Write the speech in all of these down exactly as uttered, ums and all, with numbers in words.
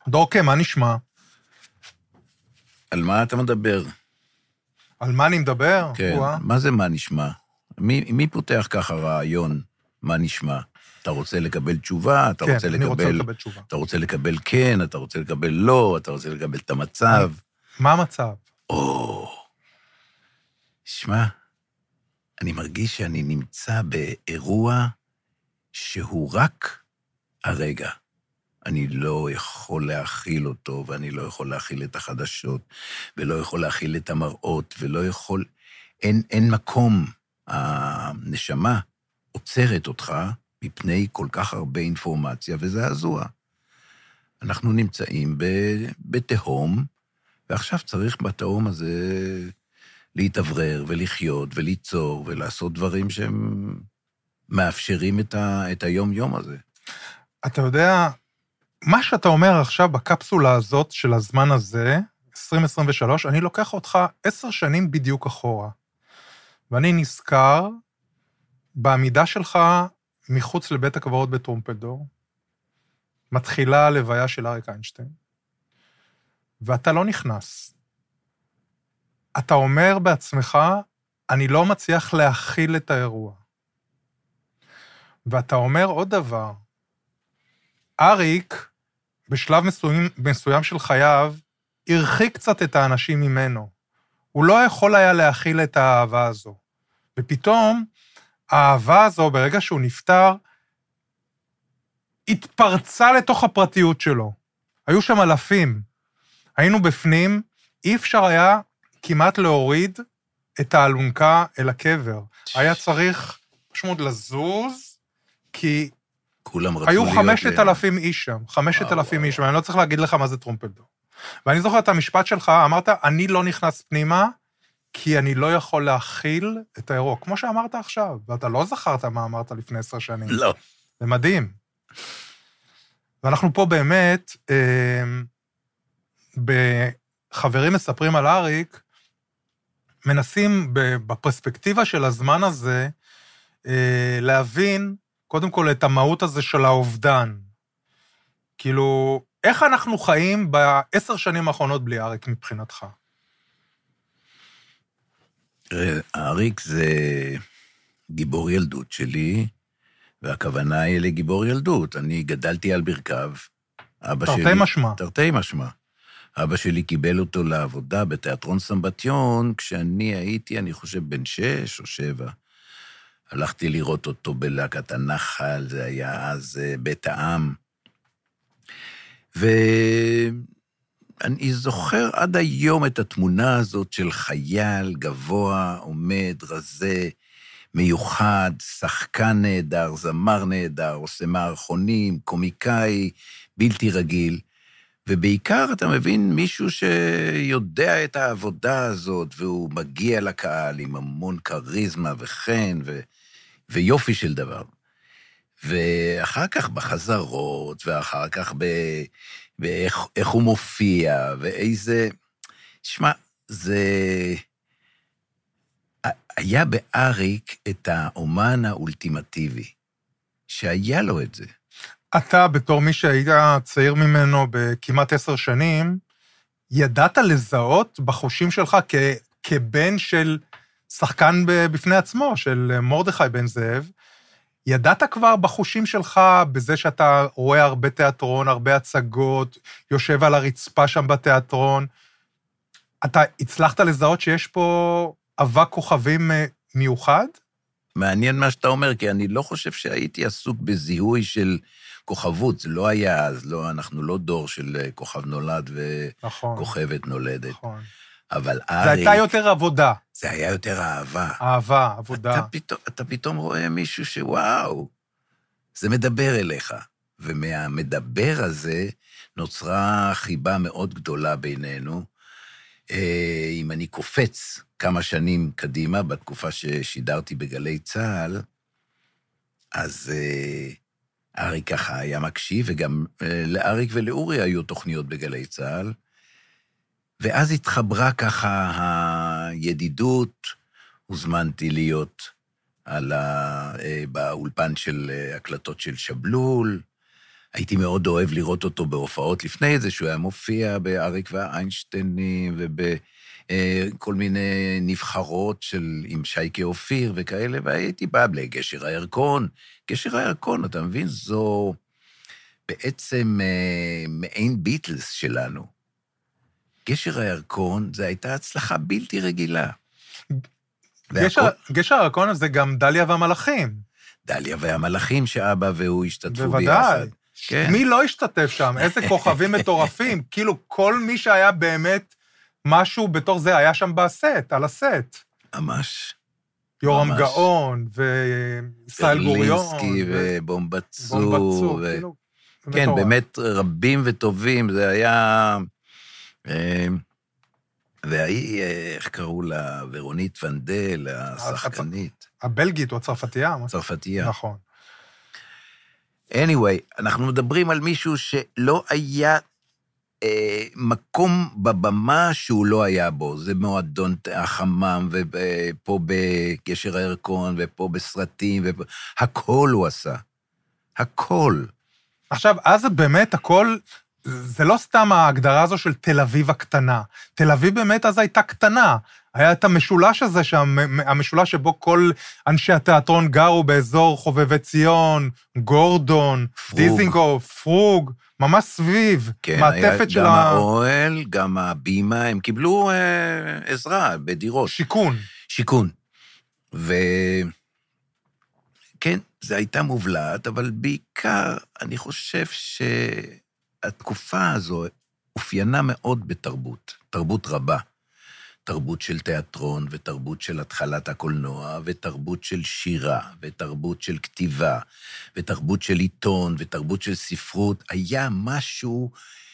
דורקה, מה נשמע? על מה אתה מדבר? על מה אני מדבר? כן, וואה. מה זה מה נשמע? מי, מי פותח ככה רעיון מה נשמע? אתה רוצה לקבל תשובה, אתה כן, רוצה אני לקבל... רוצה לקבל תשובה. אתה רוצה לקבל כן, אתה רוצה לקבל לא, אתה רוצה לקבל את המצב. מה המצב? או, שמע, אני מרגיש שאני נמצא באירוע שהוא רק הרגע. אני לא יכול להכיל אותו, ואני לא יכול להכיל את החדשות, ולא יכול להכיל את המראות, ולא יכול... אין, אין מקום. הנשמה עוצרת אותך מפני כל כך הרבה אינפורמציה, וזה הזוע. אנחנו נמצאים בתהום, ועכשיו צריך בתהום הזה להתאוורר ולחיות וליצור ולעשות דברים שהם מאפשרים את, ה, את היום-יום הזה. אתה יודע, מה שאתה אומר עכשיו בקפסולה הזאת של הזמן הזה, עשרים עשרים ושלוש, אני לוקח אותך עשר שנים בדיוק אחורה. ואני נזכר בעמידה שלך מחוץ לבית הקברות בטרומפלדור, מתחילה הלוויה של אריק איינשטיין, ואתה לא נכנס. אתה אומר בעצמך, אני לא מצליח להכיל את האירוע. ואתה אומר עוד דבר, אריק, בשלב מסוים, מסוים של חייו, הרחיק קצת את האנשים ממנו. הוא לא יכול היה להכיל את האהבה הזו. ופתאום, האהבה הזו, ברגע שהוא נפטר, התפרצה לתוך הפרטיות שלו. היו שם אלפים. היינו בפנים, אי אפשר היה כמעט להוריד את האלונקה אל הקבר. היה צריך פשוט לזוז, כי היו חמשת אלפים איש שם, חמשת אלפים איש, ואני לא צריך להגיד לך מה זה טרומפלדור. ואני זוכר את המשפט שלך, אמרת, אני לא נכנס פנימה, כי אני לא יכול להכיל את האירוע, כמו שאמרת עכשיו, ואתה לא זכרת מה אמרת לפני עשר שנים. לא. זה מדהים. ואנחנו פה באמת, אה, בחברים מספרים על אריק, מנסים בפרספקטיבה של הזמן הזה, אה, להבין, קודם כל, את המהות הזה של האובדן. כאילו, איך אנחנו חיים בעשר שנים האחרונות בלי אריק מבחינתך? אריק זה גיבור ילדות שלי, והכוונה היא לגיבור ילדות. אני גדלתי על ברכיו. תרתי משמע. תרתי משמע. אבא שלי קיבל אותו לעבודה בתיאטרון סמבטיון, כשאני הייתי, אני חושב, בן שש או שבע. הלכתי לראות אותו בלהקת הנחל, זה היה אז בית העם. ואני זוכר עד היום את התמונה הזאת של חייל גבוה, עומד, רזה, מיוחד, שחקן נהדר, זמר נהדר, עושה מערכונים, קומיקאי, בלתי רגיל. ובעיקר אתה מבין מישהו שיודע את העבודה הזאת, והוא מגיע לקהל עם המון קריזמה וחן ו... ויופי של דבר. ואחר כך בחזרות, ואחר כך ב... באיך איך הוא מופיע, ואיזה... שמע, זה... היה באריק את האומן האולטימטיבי, שהיה לו את זה. אתה, בתור מי שהיית צעיר ממנו בכמעט עשר שנים, ידעת לזהות בחושים שלך כ... כבן של שחקן בפני עצמו, של מרדכי בן זאב, ידעת כבר בחושים שלך בזה שאתה רואה הרבה תיאטרון, הרבה הצגות, יושב על הרצפה שם בתיאטרון, אתה הצלחת לזהות שיש פה אבק כוכבים מיוחד? מעניין מה שאתה אומר, כי אני לא חושב שהייתי עסוק בזיהוי של כוכבות, זה לא היה אז, לא, אנחנו לא דור של כוכב נולד וכוכבת נכון, נולדת. נכון. אבל אריק... זה הייתה יותר עבודה. זה היה יותר אהבה. אהבה, עבודה. אתה פתאום, אתה פתאום רואה מישהו שוואו, זה מדבר אליך. ומהמדבר הזה נוצרה חיבה מאוד גדולה בינינו. אם אני קופץ כמה שנים קדימה, בתקופה ששידרתי בגלי צהל, אז אריק ככה היה מקשיב, וגם לאריק ולאורי היו תוכניות בגלי צהל, ואז התחברה ככה הידידות, הוזמנתי להיות על ה... באולפן של הקלטות של שבלול, הייתי מאוד אוהב לראות אותו בהופעות לפני זה, שהוא היה מופיע באריק והאיינשטיינים, ובכל מיני נבחרות של, עם שייקה אופיר וכאלה, והייתי בא לגשר הירקון. גשר הירקון, אתה מבין? זו בעצם מעין ביטלס שלנו. גשר הירקון, זו הייתה הצלחה בלתי רגילה. גשר, והכל... גשר הירקון זה גם דליה והמלאכים. דליה והמלאכים שאבא והוא השתתפו בוודאי. ביחד. כן. מי לא השתתף שם? איזה כוכבים מטורפים. כאילו, כל מי שהיה באמת משהו בתור זה, היה שם בסט, על הסט. ממש. יורם ממש. גאון, וישראל גוריון. ברלינסקי ו... ובומבצור. בומבצור, ו... כאילו. כן, מטורף. באמת רבים וטובים. זה היה... והיא, איך קראו לה? ורונית ונדל, השחקנית. הבלגית או הצרפתייה? הצרפתייה. נכון. anyway, אנחנו מדברים על מישהו שלא היה אה, מקום בבמה שהוא לא היה בו. זה מועדון החמם, ופה בגשר הירקון, ופה בסרטים, ופה... הכל הוא עשה. הכל. עכשיו, אז באמת הכל... זה לא סתם ההגדרה הזו של תל אביב הקטנה. תל אביב באמת אז הייתה קטנה. היה את המשולש הזה שם, המשולש שבו כל אנשי התיאטרון גרו באזור חובבי ציון, גורדון, פרוג. דיזינגוף, פרוג, ממש סביב, כן, מעטפת של גם ה... האוהל, גם הבימה, הם קיבלו אה, עזרה בדירות. שיכון. שיכון. וכן, זה הייתה מובלעת, אבל בעיקר אני חושב שהתקופה הזו אופיינה מאוד בתרבות, תרבות רבה. תרבות של תיאטרון, ותרבות של התחלת הקולנוע, ותרבות של שירה, ותרבות של כתיבה, ותרבות של עיתון, ותרבות של ספרות. היה משהו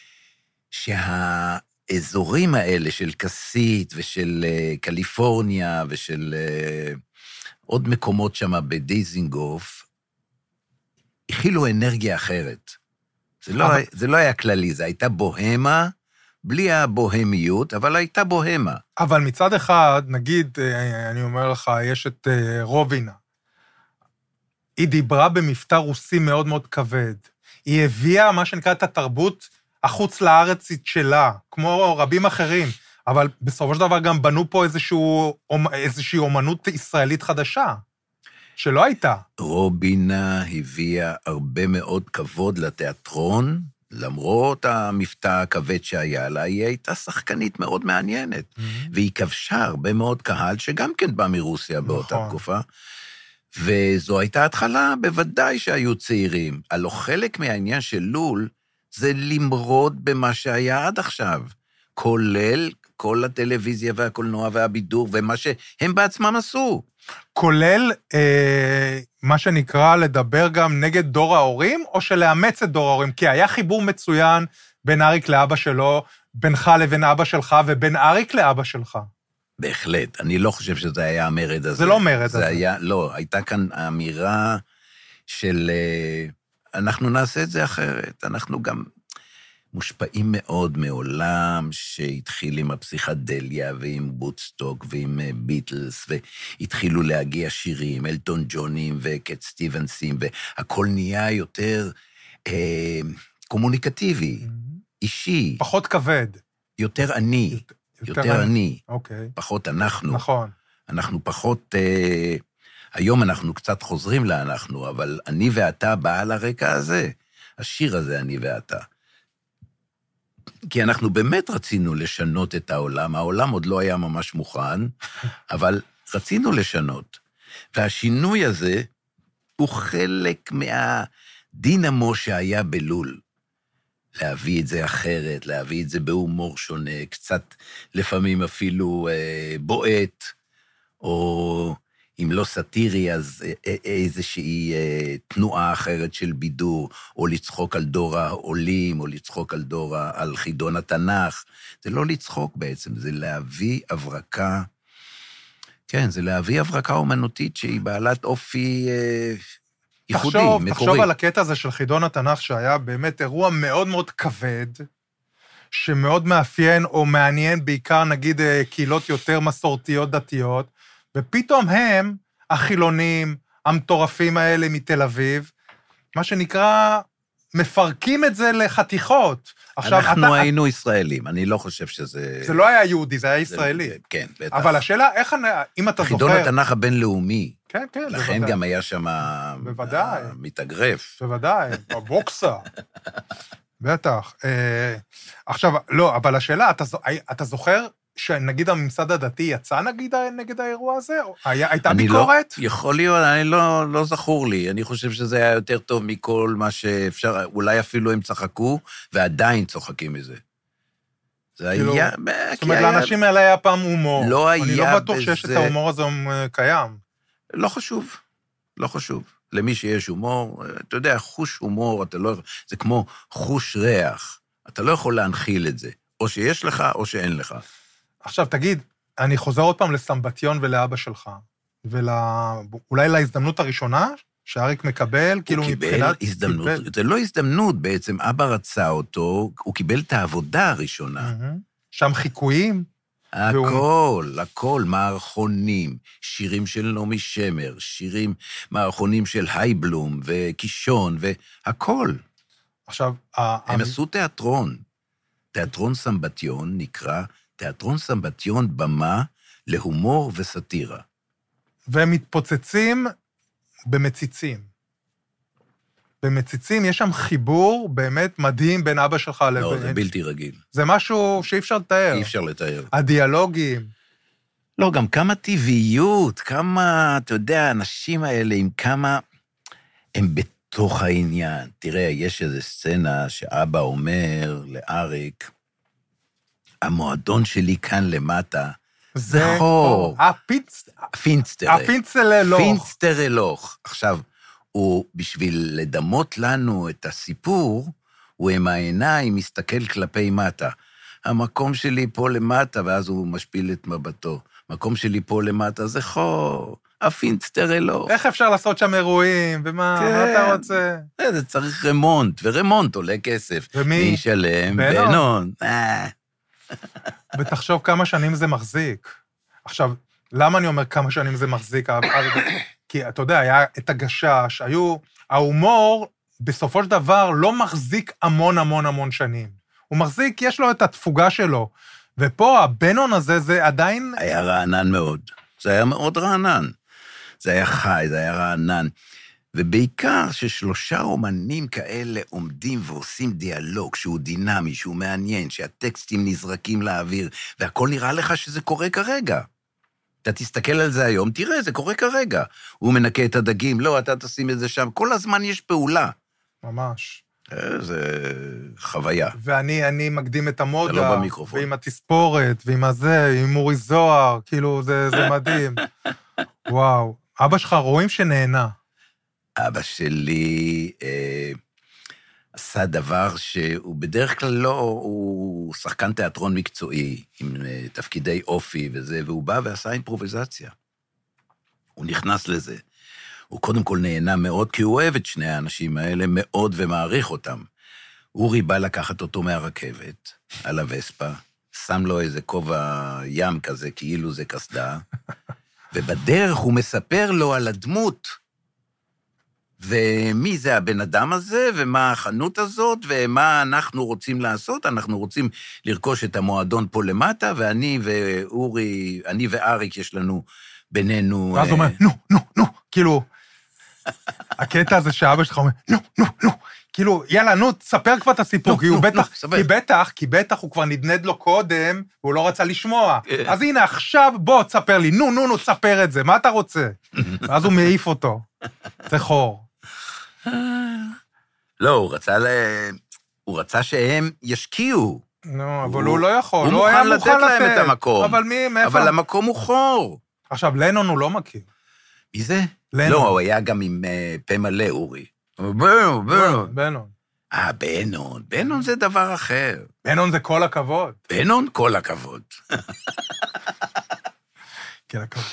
שהאזורים האלה של קסית, ושל קליפורניה, ושל עוד מקומות שם בדיזינגוף, הכילו אנרגיה אחרת. זה לא, זה לא היה כללי, זה הייתה בוהמה, בלי הבוהמיות, אבל הייתה בוהמה. אבל מצד אחד, נגיד, אני אומר לך, יש את רובינה. היא דיברה במבטא רוסי מאוד מאוד כבד. היא הביאה מה שנקרא את התרבות החוץ לארצית שלה, כמו רבים אחרים, אבל בסופו של דבר גם בנו פה איזשהו, איזושהי אומנות ישראלית חדשה, שלא הייתה. רובינה הביאה הרבה מאוד כבוד לתיאטרון, למרות המבטא הכבד שהיה לה, היא הייתה שחקנית מאוד מעניינת, mm-hmm. והיא כבשה הרבה מאוד קהל, שגם כן בא מרוסיה באותה נכון. תקופה, וזו הייתה התחלה, בוודאי שהיו צעירים. הלא חלק מהעניין של לול, זה למרוד במה שהיה עד עכשיו, כולל כל הטלוויזיה והקולנוע והבידור, ומה שהם בעצמם עשו. כולל אה, מה שנקרא לדבר גם נגד דור ההורים, או שלאמץ את דור ההורים? כי היה חיבור מצוין בין אריק לאבא שלו, בינך לבין אבא שלך, ובין אריק לאבא שלך. בהחלט, אני לא חושב שזה היה המרד הזה. זה לא מרד הזה. זה היה, לא, הייתה כאן אמירה של, אנחנו נעשה את זה אחרת, אנחנו גם מושפעים מאוד מעולם שהתחיל עם הפסיכדליה ועם בוטסטוק ועם ביטלס, והתחילו להגיע שירים, אלטון ג'ונים וקט סטיבנסים, והכל נהיה יותר אה, קומוניקטיבי, mm-hmm. אישי. פחות כבד. יותר אני, יותר, יותר אני, אוקיי. פחות אנחנו. נכון. אנחנו פחות, אה, היום אנחנו קצת חוזרים לאנחנו, אבל אני ואתה בא על הרקע הזה, השיר הזה אני ואתה. כי אנחנו באמת רצינו לשנות את העולם, העולם עוד לא היה ממש מוכן, אבל רצינו לשנות. והשינוי הזה הוא חלק מהדינמו שהיה בלול. להביא את זה אחרת, להביא את זה בהומור שונה, קצת לפעמים אפילו אה, בועט, או אם לא סטירי, אז איזושהי אה, תנועה אחרת של בידור, או לצחוק על דור העולים, או לצחוק על דור, על חידון התנ"ך. זה לא לצחוק בעצם, זה להביא הברקה, כן, זה להביא הברקה אומנותית שהיא בעלת אופי אה, ייחודי, תחשוב, מקורי. תחשוב על הקטע הזה של חידון התנ"ך, שהיה באמת אירוע מאוד מאוד כבד, שמאוד מאפיין או מעניין בעיקר, נגיד, קהילות יותר מסורתיות דתיות, ופתאום הם, החילונים, המטורפים האלה מתל אביב, מה שנקרא, מפרקים את זה לחתיכות. עכשיו, אנחנו אתה, היינו ישראלים, אני לא חושב שזה... זה לא היה יהודי, זה היה ישראלי. זה, כן, בטח. אבל השאלה, איך, אם אתה זוכר... חידון התנ"ך הבינלאומי. כן, כן, לכן בוודאי. גם היה שם... בוודאי. מתאגרף. בוודאי, בבוקסה. בטח. אה, עכשיו, לא, אבל השאלה, אתה, אתה זוכר שנגיד הממסד הדתי יצא נגיד נגד האירוע הזה? היה, הייתה ביקורת? לא, יכול להיות, אני לא, לא זכור לי. אני חושב שזה היה יותר טוב מכל מה שאפשר, אולי אפילו הם צחקו, ועדיין צוחקים מזה. זה כאילו, היה... זאת אומרת, לאנשים האלה היה פעם הומור. לא היה אני לא בטוח בזה... שיש את ההומור הזה קיים. לא חשוב, לא חשוב. למי שיש הומור, אתה יודע, חוש הומור, אתה לא... זה כמו חוש ריח. אתה לא יכול להנחיל את זה. או שיש לך, או שאין לך. עכשיו, תגיד, אני חוזר עוד פעם לסמבטיון ולאבא שלך, ואולי להזדמנות הראשונה שאריק מקבל, כאילו מבחינת... הוא קיבל הזדמנות, קיבל. זה לא הזדמנות בעצם, אבא רצה אותו, הוא קיבל את העבודה הראשונה. שם חיקויים. הכל, והוא... הכל, מערכונים, שירים של נעמי שמר, שירים, מערכונים של הייבלום וקישון, והכל. עכשיו... הם עשו תיאטרון. תיאטרון סמבטיון נקרא... תיאטרון סמבטיון במה להומור וסטירה. והם מתפוצצים במציצים. במציצים יש שם חיבור באמת מדהים בין אבא שלך לבין... לא, זה בלתי רגיל. זה משהו שאי אפשר לתאר. אי אפשר לתאר. הדיאלוגים. לא, גם כמה טבעיות, כמה, אתה יודע, האנשים האלה עם כמה... הם בתוך העניין. תראה, יש איזו סצנה שאבא אומר לאריק, המועדון שלי כאן למטה, זה חור. הפינסטר. פינסטר. הפינסטר אלוך. פינסטר אלוך. עכשיו, הוא, בשביל לדמות לנו את הסיפור, הוא עם העיניים מסתכל כלפי מטה. המקום שלי פה למטה, ואז הוא משפיל את מבטו. המקום שלי פה למטה זה חור. הפינסטר אלוך. איך אפשר לעשות שם אירועים, ומה כן. מה אתה רוצה? זה צריך רמונט, ורמונט עולה כסף. ומי? מי ישלם? בנון. בנון. אה. ותחשוב כמה שנים זה מחזיק. עכשיו, למה אני אומר כמה שנים זה מחזיק? כי אתה יודע, היה את הגשש, היו... ההומור, בסופו של דבר, לא מחזיק המון המון המון שנים. הוא מחזיק, יש לו את התפוגה שלו. ופה, הבנון הזה, זה עדיין... היה רענן מאוד. זה היה מאוד רענן. זה היה חי, זה היה רענן. ובעיקר ששלושה אומנים כאלה עומדים ועושים דיאלוג, שהוא דינמי, שהוא מעניין, שהטקסטים נזרקים לאוויר, והכל נראה לך שזה קורה כרגע. אתה תסתכל על זה היום, תראה, זה קורה כרגע. הוא מנקה את הדגים, לא, אתה תשים את זה שם, כל הזמן יש פעולה. ממש. זה חוויה. ואני אני מקדים את המודה, לא במיקרופון. ועם התספורת, ועם הזה, עם אורי זוהר, כאילו, זה, זה מדהים. וואו. אבא שלך רואים שנהנה. אבא שלי אה, עשה דבר שהוא בדרך כלל לא, הוא שחקן תיאטרון מקצועי, עם אה, תפקידי אופי וזה, והוא בא ועשה אימפרוביזציה. הוא נכנס לזה. הוא קודם כל נהנה מאוד, כי הוא אוהב את שני האנשים האלה מאוד ומעריך אותם. אורי בא לקחת אותו מהרכבת, על הווספה, שם לו איזה כובע ים כזה, כאילו זה קסדה, ובדרך הוא מספר לו על הדמות, ומי זה הבן אדם הזה, ומה החנות הזאת, ומה אנחנו רוצים לעשות, אנחנו רוצים לרכוש את המועדון פה למטה, ואני ואורי, אני ואריק יש לנו בינינו... ואז הוא אומר, נו, נו, נו, כאילו, הקטע הזה שאבא שלך אומר, נו, נו, נו, כאילו, יאללה, נו, תספר כבר את הסיפור, כי הוא בטח, כי בטח, כי בטח הוא כבר נדנד לו קודם, והוא לא רצה לשמוע. אז הנה, עכשיו בוא, תספר לי, נו, נו, נו, תספר את זה, מה אתה רוצה? ואז הוא מעיף אותו. זה חור. לא, הוא רצה ל... הוא רצה שהם ישקיעו. נו, אבל הוא לא יכול. הוא מוכן לתת להם את המקום. אבל מי, מאיפה? אבל המקום הוא חור. עכשיו, לנון הוא לא מכיר. מי זה? לנון. לא, הוא היה גם עם פה מלא, אורי. בנון, בנון. בנון. אה, בנון. בנון זה דבר אחר. בנון זה כל הכבוד. בנון, כל הכבוד. כל הכבוד.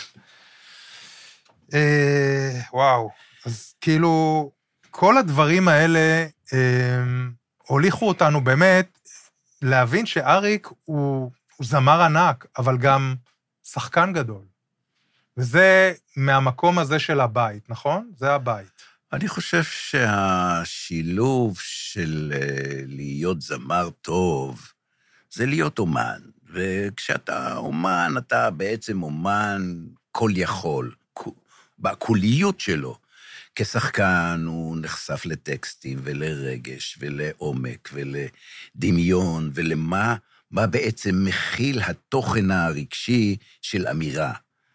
וואו, אז כאילו, כל הדברים האלה הוליכו אותנו באמת להבין שאריק הוא זמר ענק, אבל גם שחקן גדול. וזה מהמקום הזה של הבית, נכון? זה הבית. אני חושב שהשילוב של להיות זמר טוב, זה להיות אומן. וכשאתה אומן, אתה בעצם אומן כל יכול, בקוליות שלו. כשחקן הוא נחשף לטקסטים ולרגש ולעומק ולדמיון ולמה מה בעצם מכיל התוכן הרגשי של אמירה.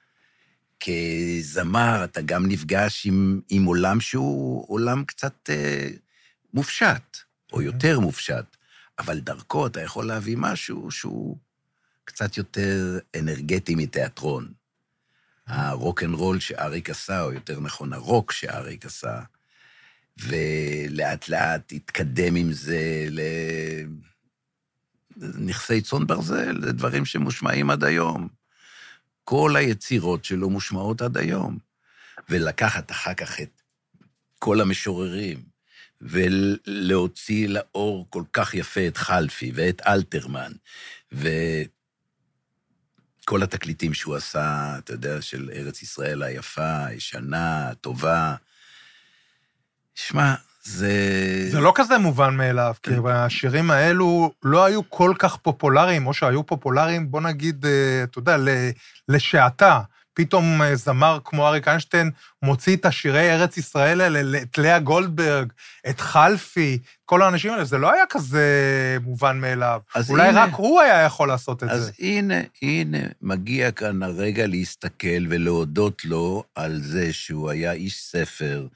כזמר אתה גם נפגש עם, עם עולם שהוא עולם קצת אה, מופשט, או יותר מופשט, אבל דרכו אתה יכול להביא משהו שהוא קצת יותר אנרגטי מתיאטרון. הרוק אנד רול שאריק עשה, או יותר נכון הרוק שאריק עשה, ולאט לאט התקדם עם זה לנכסי צאן ברזל, לדברים שמושמעים עד היום. כל היצירות שלו מושמעות עד היום, ולקחת אחר כך את כל המשוררים, ולהוציא לאור כל כך יפה את חלפי, ואת אלתרמן, וכל התקליטים שהוא עשה, אתה יודע, של ארץ ישראל היפה, הישנה, הטובה. שמע, זה... זה לא כזה מובן מאליו, כי השירים האלו לא היו כל כך פופולריים, או שהיו פופולריים, בוא נגיד, אתה יודע, לשעתה. פתאום זמר כמו אריק איינשטיין מוציא את השירי ארץ ישראל האלה, את לאה גולדברג, את חלפי, כל האנשים האלה, זה לא היה כזה מובן מאליו. אולי הנה, רק הוא היה יכול לעשות את אז זה. אז הנה, הנה, מגיע כאן הרגע להסתכל ולהודות לו על זה שהוא היה איש ספר,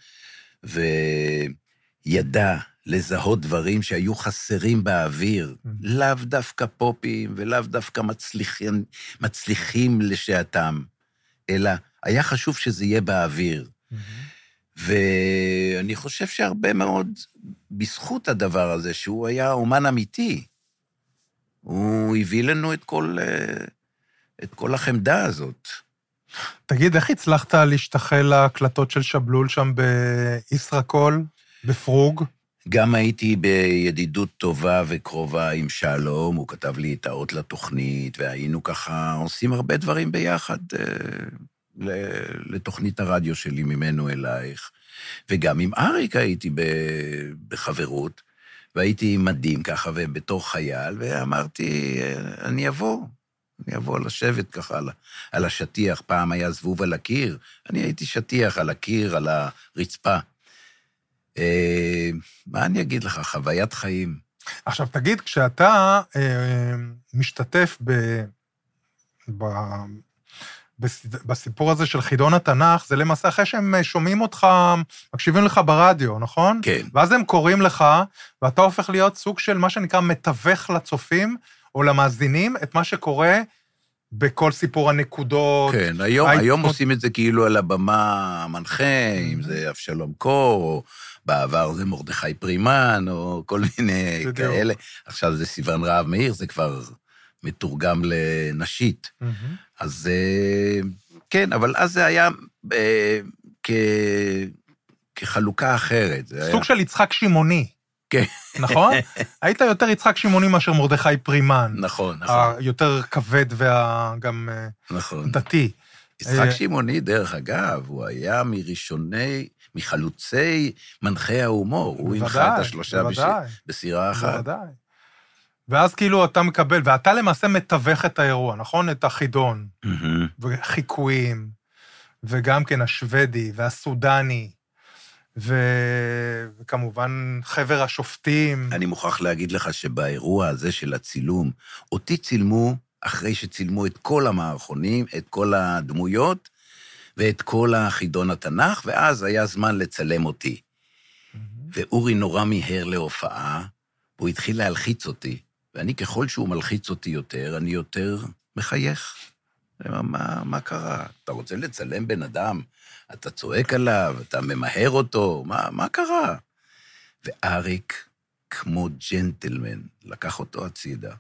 וידע לזהות דברים שהיו חסרים באוויר, לאו דווקא פופים ולאו דווקא מצליחים, מצליחים לשעתם. אלא היה חשוב שזה יהיה באוויר. Mm-hmm. ואני חושב שהרבה מאוד, בזכות הדבר הזה, שהוא היה אומן אמיתי, הוא הביא לנו את כל, את כל החמדה הזאת. תגיד, איך הצלחת להשתחל להקלטות של שבלול שם בישרקול, בפרוג? גם הייתי בידידות טובה וקרובה עם שלום, הוא כתב לי את האות לתוכנית, והיינו ככה עושים הרבה דברים ביחד לתוכנית הרדיו שלי ממנו אלייך. וגם עם אריק הייתי בחברות, והייתי מדהים ככה ובתור חייל, ואמרתי, אני אבוא, אני אבוא לשבת ככה על, על השטיח, פעם היה זבוב על הקיר, אני הייתי שטיח על הקיר, על הרצפה. מה אני אגיד לך? חוויית חיים. עכשיו, תגיד, כשאתה אה, משתתף ב, ב, בסיפור הזה של חידון התנ"ך, זה למעשה אחרי שהם שומעים אותך, מקשיבים לך ברדיו, נכון? כן. ואז הם קוראים לך, ואתה הופך להיות סוג של מה שנקרא מתווך לצופים, או למאזינים, את מה שקורה בכל סיפור הנקודות. כן, היום, היום עושים את זה כאילו על הבמה המנחה, אם זה אבשלום קור, או בעבר זה מרדכי פרימן, או כל מיני כאלה. עכשיו זה סיוון רהב מאיר, זה כבר מתורגם לנשית. אז כן, אבל אז זה היה כחלוקה אחרת. סוג של יצחק שמעוני. כן. נכון? היית יותר יצחק שמעוני מאשר מרדכי פרימן. נכון, נכון. היותר כבד וגם דתי. יצחק שמעוני, דרך אגב, הוא היה מראשוני, מחלוצי מנחי ההומור. הוא הנחה את השלושה בסירה אחת. בוודאי. ואז כאילו אתה מקבל, ואתה למעשה מתווך את האירוע, נכון? את החידון. וחיקויים, וגם כן השוודי והסודני. ו... וכמובן חבר השופטים. אני מוכרח להגיד לך שבאירוע הזה של הצילום, אותי צילמו אחרי שצילמו את כל המערכונים, את כל הדמויות, ואת כל החידון התנ"ך, ואז היה זמן לצלם אותי. Mm-hmm. ואורי נורא מיהר להופעה, והוא התחיל להלחיץ אותי, ואני ככל שהוא מלחיץ אותי יותר, אני יותר מחייך. מה, מה קרה? אתה רוצה לצלם בן אדם? אתה צועק עליו, אתה ממהר אותו, מה, מה קרה? ואריק, כמו ג'נטלמן, לקח אותו הצידה,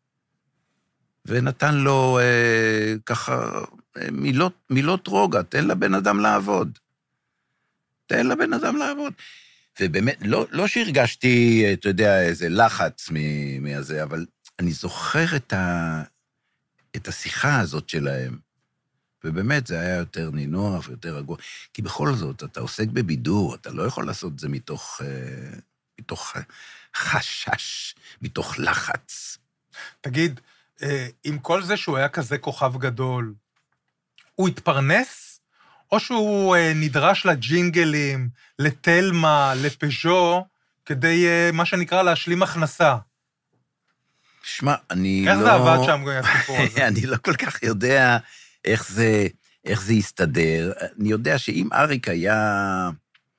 ונתן לו אה, ככה מילות, מילות רוגע, תן לבן אדם לעבוד. תן לבן אדם לעבוד. ובאמת, לא, לא שהרגשתי, אתה יודע, איזה לחץ מהזה, אבל אני זוכר את, ה, את השיחה הזאת שלהם, ובאמת זה היה יותר נינוח ויותר רגוע, כי בכל זאת, אתה עוסק בבידור, אתה לא יכול לעשות את זה מתוך, מתוך חשש, מתוך לחץ. תגיד, עם כל זה שהוא היה כזה כוכב גדול, הוא התפרנס, או שהוא נדרש לג'ינגלים, לטלמה, לפז'ו, כדי מה שנקרא להשלים הכנסה? שמע, אני איך לא... איך זה עבד שם, הסיפור הזה? אני לא כל כך יודע איך זה, איך זה יסתדר. אני יודע שאם אריק היה...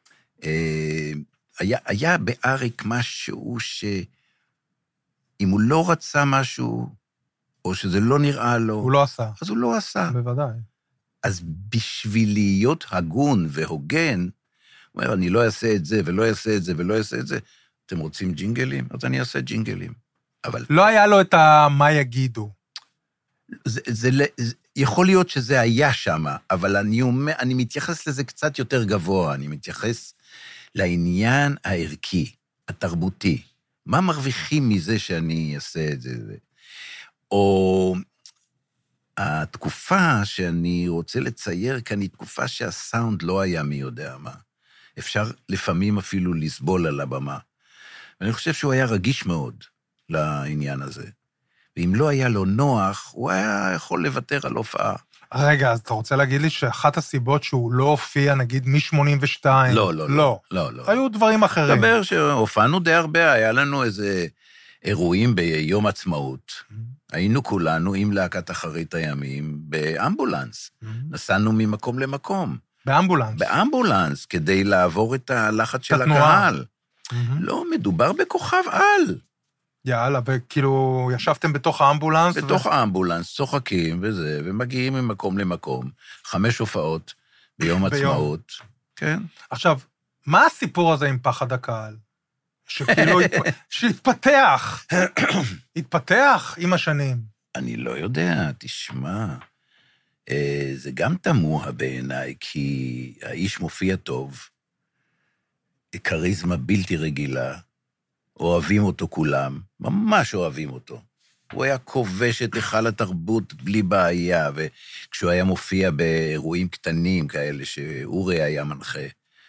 היה, היה באריק משהו ש... אם הוא לא רצה משהו, או שזה לא נראה לו... הוא לא עשה. אז הוא לא עשה. בוודאי. אז בשביל להיות הגון והוגן, הוא אומר, אני לא אעשה את זה, ולא אעשה את זה, ולא אעשה את זה. אתם רוצים ג'ינגלים? אז אני אעשה ג'ינגלים. אבל... לא היה לו את ה... מה יגידו. זה, זה, זה, יכול להיות שזה היה שם, אבל אני, אומר, אני מתייחס לזה קצת יותר גבוה, אני מתייחס לעניין הערכי, התרבותי. מה מרוויחים מזה שאני אעשה את זה? או התקופה שאני רוצה לצייר כאן היא תקופה שהסאונד לא היה מי יודע מה. אפשר לפעמים אפילו לסבול על הבמה. ואני חושב שהוא היה רגיש מאוד לעניין הזה. ואם לא היה לו נוח, הוא היה יכול לוותר על הופעה. רגע, אז אתה רוצה להגיד לי שאחת הסיבות שהוא לא הופיע, נגיד, מ-שמונים ושתיים? לא, לא, לא. לא, לא. היו דברים אחרים. דבר שהופענו די הרבה, היה לנו איזה אירועים ביום עצמאות. היינו כולנו עם להקת אחרית הימים באמבולנס. נסענו ממקום למקום. באמבולנס? באמבולנס, כדי לעבור את הלחץ של הקהל. לא, מדובר בכוכב על. יאללה, וכאילו ישבתם בתוך האמבולנס? בתוך האמבולנס, צוחקים וזה, ומגיעים ממקום למקום, חמש הופעות ביום עצמאות. כן. עכשיו, מה הסיפור הזה עם פחד הקהל? שכאילו, שהתפתח, התפתח עם השנים. אני לא יודע, תשמע, זה גם תמוה בעיניי, כי האיש מופיע טוב, כריזמה בלתי רגילה, אוהבים אותו כולם, ממש אוהבים אותו. הוא היה כובש את היכל התרבות בלי בעיה, וכשהוא היה מופיע באירועים קטנים כאלה, שאורי היה מנחה,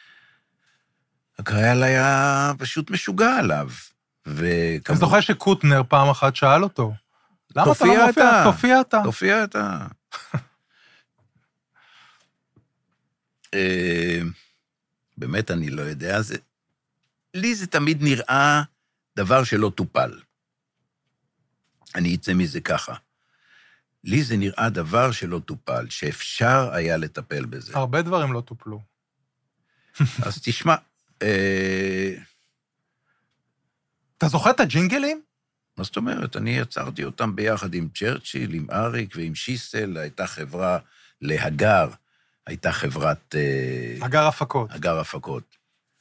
הקהל היה פשוט משוגע עליו. אני זוכר שקוטנר פעם אחת שאל אותו, למה אתה לא מופיע? תופיע אתה. תופיע אתה. באמת אני לא יודע, לי זה תמיד נראה דבר שלא טופל. אני אצא מזה ככה. לי זה נראה דבר שלא טופל, שאפשר היה לטפל בזה. הרבה דברים לא טופלו. אז תשמע, אתה זוכר את הג'ינגלים? מה זאת אומרת? אני יצרתי אותם ביחד עם צ'רצ'יל, עם אריק ועם שיסל, הייתה חברה להגר, הייתה חברת... הגר הפקות. הגר הפקות.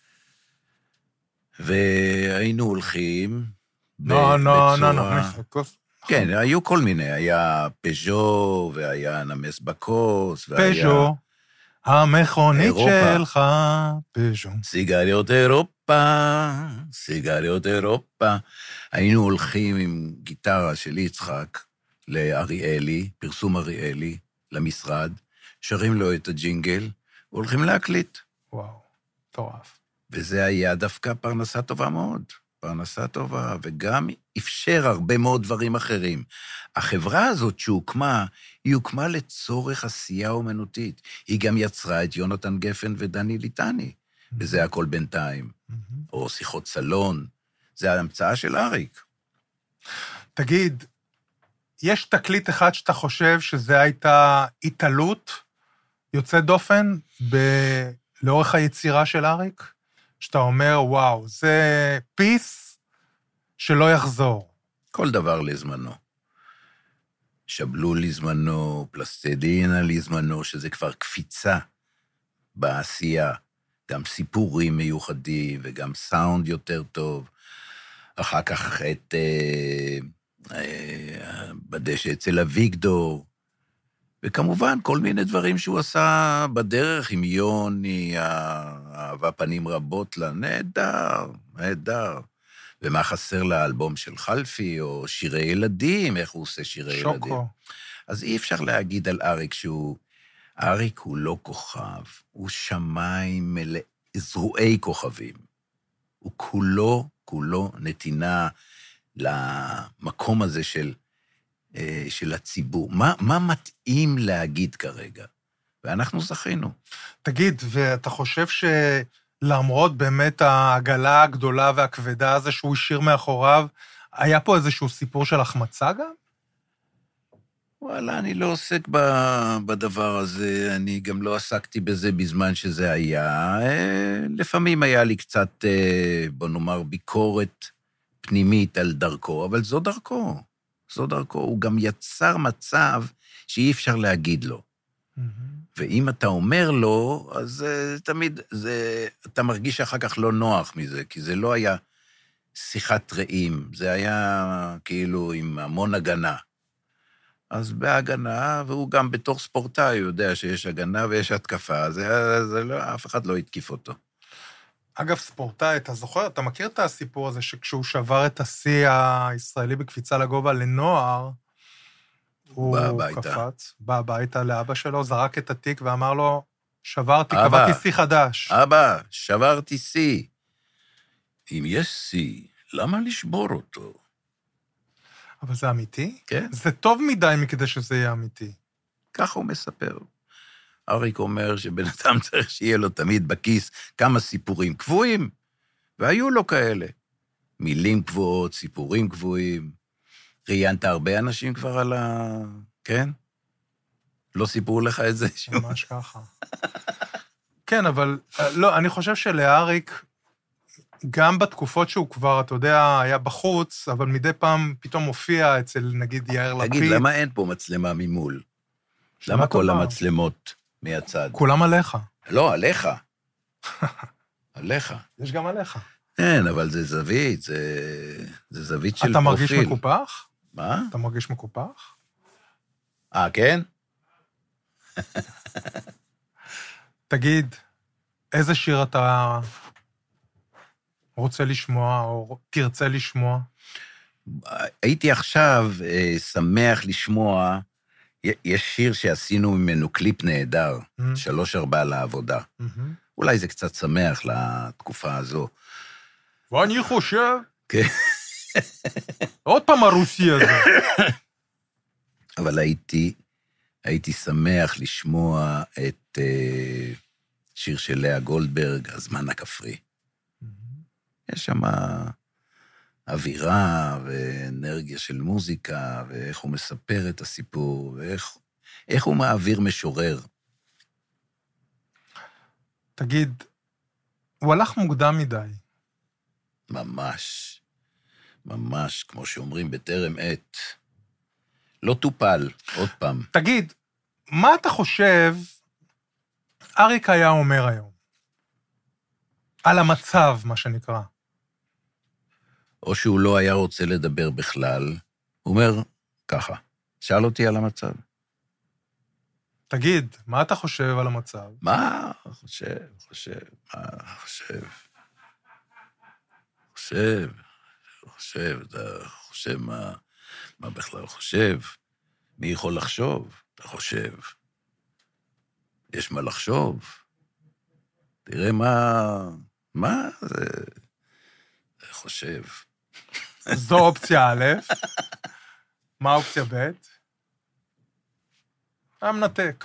והיינו הולכים... לא, לא, לא, לא. כן, היו כל מיני, היה פז'ו, והיה נמס בקוס, והיה... פז'ו, המכונית שלך, פז'ו. סיגריות אירופה, סיגריות אירופה. היינו הולכים עם גיטרה של יצחק לאריאלי, פרסום אריאלי, למשרד, שרים לו את הג'ינגל, והולכים להקליט. וואו, טורף. וזה היה דווקא פרנסה טובה מאוד, פרנסה טובה, וגם אפשר הרבה מאוד דברים אחרים. החברה הזאת שהוקמה, היא הוקמה לצורך עשייה אומנותית. היא גם יצרה את יונתן גפן ודני ליטני, וזה הכל בינתיים. או שיחות סלון, זה ההמצאה של אריק. תגיד, יש תקליט אחד שאתה חושב שזה הייתה התעלות יוצא דופן ב- לאורך היצירה של אריק? שאתה אומר, וואו, זה פיס שלא יחזור. כל דבר לזמנו. שבלול לזמנו, פלסטדינה לזמנו, שזה כבר קפיצה בעשייה. גם סיפורים מיוחדים וגם סאונד יותר טוב. אחר כך את אה, אה, בדשא אצל אביגדור. וכמובן, כל מיני דברים שהוא עשה בדרך עם יוני, אהבה פנים רבות לה, נהדר, נהדר. ומה חסר לאלבום של חלפי, או שירי ילדים, איך הוא עושה שירי שוקו. ילדים. אז אי אפשר להגיד על אריק שהוא אריק הוא לא כוכב, הוא שמיים מלא זרועי כוכבים. הוא כולו, כולו נתינה למקום הזה של, של הציבור. מה, מה מתאים להגיד כרגע? ואנחנו זכינו. תגיד, ואתה חושב שלמרות באמת העגלה הגדולה והכבדה הזה שהוא השאיר מאחוריו, היה פה איזשהו סיפור של החמצה גם? וואלה, אני לא עוסק בדבר הזה, אני גם לא עסקתי בזה בזמן שזה היה. לפעמים היה לי קצת, בוא נאמר, ביקורת פנימית על דרכו, אבל זו דרכו, זו דרכו. הוא גם יצר מצב שאי אפשר להגיד לו. ואם אתה אומר לו, אז תמיד זה, אתה מרגיש אחר כך לא נוח מזה, כי זה לא היה שיחת רעים, זה היה כאילו עם המון הגנה. אז בהגנה, והוא גם בתור ספורטאי, הוא יודע שיש הגנה ויש התקפה, זה, זה לא, אף אחד לא יתקיף אותו. אגב, ספורטאי, אתה זוכר, אתה מכיר את הסיפור הזה, שכשהוא שבר את השיא הישראלי בקפיצה לגובה לנוער, הוא קפץ, בא הביתה לאבא שלו, זרק את התיק ואמר לו, שברתי, קבעתי שיא חדש. אבא, שברתי שיא. אם יש שיא, למה לשבור אותו? אבל זה אמיתי? כן. זה טוב מדי מכדי שזה יהיה אמיתי. ככה הוא מספר. אריק אומר שבן אדם צריך שיהיה לו תמיד בכיס כמה סיפורים קבועים, והיו לו כאלה. מילים קבועות, סיפורים קבועים. ראיינת הרבה אנשים כבר על ה... כן? לא סיפרו לך את זה? ממש ככה. כן, אבל לא, אני חושב שלאריק, גם בתקופות שהוא כבר, אתה יודע, היה בחוץ, אבל מדי פעם פתאום מופיע אצל, נגיד, יאיר לפיד. תגיד, למה אין פה מצלמה ממול? למה כל המצלמות מהצד? כולם עליך. לא, עליך. עליך. יש גם עליך. כן, אבל זה זווית, זה, זה זווית של פרופיל. אתה מרגיש מקופח? מה? אתה מרגיש מקופח? אה, כן? תגיד, איזה שיר אתה רוצה לשמוע, או תרצה לשמוע? הייתי עכשיו שמח לשמוע, יש שיר שעשינו ממנו קליפ נהדר, mm-hmm. שלוש ארבע לעבודה. Mm-hmm. אולי זה קצת שמח לתקופה הזו. ואני חושב... כן. עוד פעם הרוסי הזה. אבל הייתי, הייתי שמח לשמוע את uh, שיר של לאה גולדברג, הזמן הכפרי. Mm-hmm. יש שם אווירה ואנרגיה של מוזיקה, ואיך הוא מספר את הסיפור, ואיך איך הוא מעביר משורר. תגיד, הוא הלך מוקדם מדי. ממש, ממש, כמו שאומרים בטרם עת. לא טופל, עוד פעם. תגיד, מה אתה חושב אריק היה אומר היום? על המצב, מה שנקרא. או שהוא לא היה רוצה לדבר בכלל, הוא אומר ככה, שאל אותי על המצב. תגיד, מה אתה חושב על המצב? מה? חושב, חושב, מה חושב? חושב, חושב, אתה חושב מה, מה בכלל חושב? מי יכול לחשוב? אתה חושב. יש מה לחשוב? תראה מה, מה זה, זה חושב. זו אופציה א', מה אופציה ב'? היה מנתק.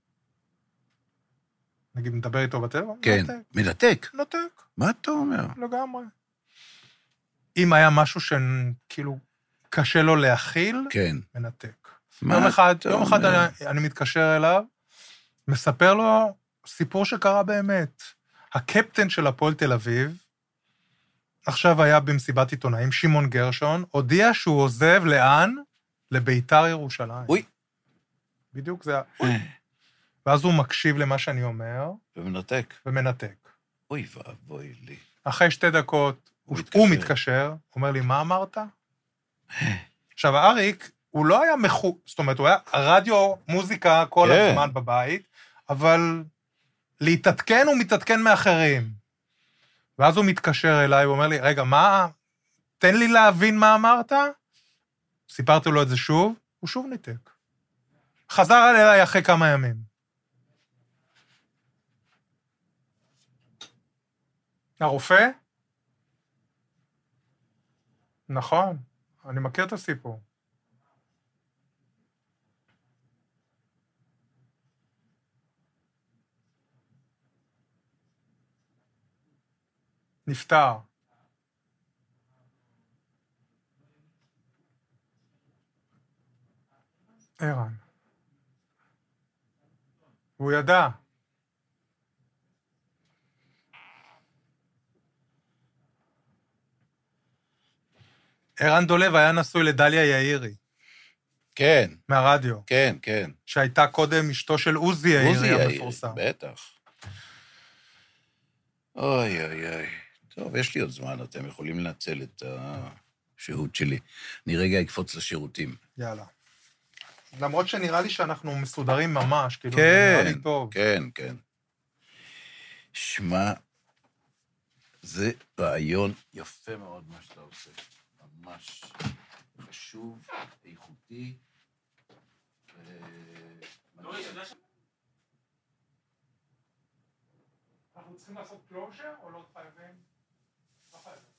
נגיד, מדבר איתו בטבע? כן, מנתק. מנתק. מה אתה אומר? לגמרי. אם היה משהו שכאילו קשה לו להכיל, כן. מנתק. יום אחד, יום אחד אני, אני מתקשר אליו, מספר לו סיפור שקרה באמת. הקפטן של הפועל תל אביב, עכשיו היה במסיבת עיתונאים, שמעון גרשון, הודיע שהוא עוזב לאן? לביתר ירושלים. אוי. בדיוק זה, אוי. ואז הוא מקשיב למה שאני אומר. ומנתק. ומנתק. אוי ואבוי לי. אחרי שתי דקות, הוא מתקשר, הוא מתקשר, אומר לי, מה אמרת? עכשיו, אריק, הוא לא היה מחו... זאת אומרת, הוא היה רדיו, מוזיקה כל כן. הזמן בבית, אבל להתעדכן הוא מתעדכן מאחרים. ואז הוא מתקשר אליי, הוא אומר לי, רגע, מה? תן לי להבין מה אמרת? סיפרתי לו את זה שוב, הוא שוב ניתק. חזר אליי אחרי כמה ימים. הרופא? נכון, אני מכיר את הסיפור. נפטר. ערן. הוא ידע. ערן דולב היה נשוי לדליה יאירי. כן. מהרדיו. כן, כן. שהייתה קודם אשתו של עוזי יאירי המפורסם. בטח. אוי, אוי, אוי. טוב, יש לי עוד זמן, אתם יכולים לנצל את השהות שלי. אני רגע אקפוץ לשירותים. יאללה. למרות שנראה לי שאנחנו מסודרים ממש, כאילו, כן, זה נראה לי טוב. כן, כן. שמע, זה רעיון יפה מאוד מה שאתה עושה. ממש חשוב, איכותי. אנחנו צריכים לעשות קלוז'ר או לא חייבים? לא חייבים.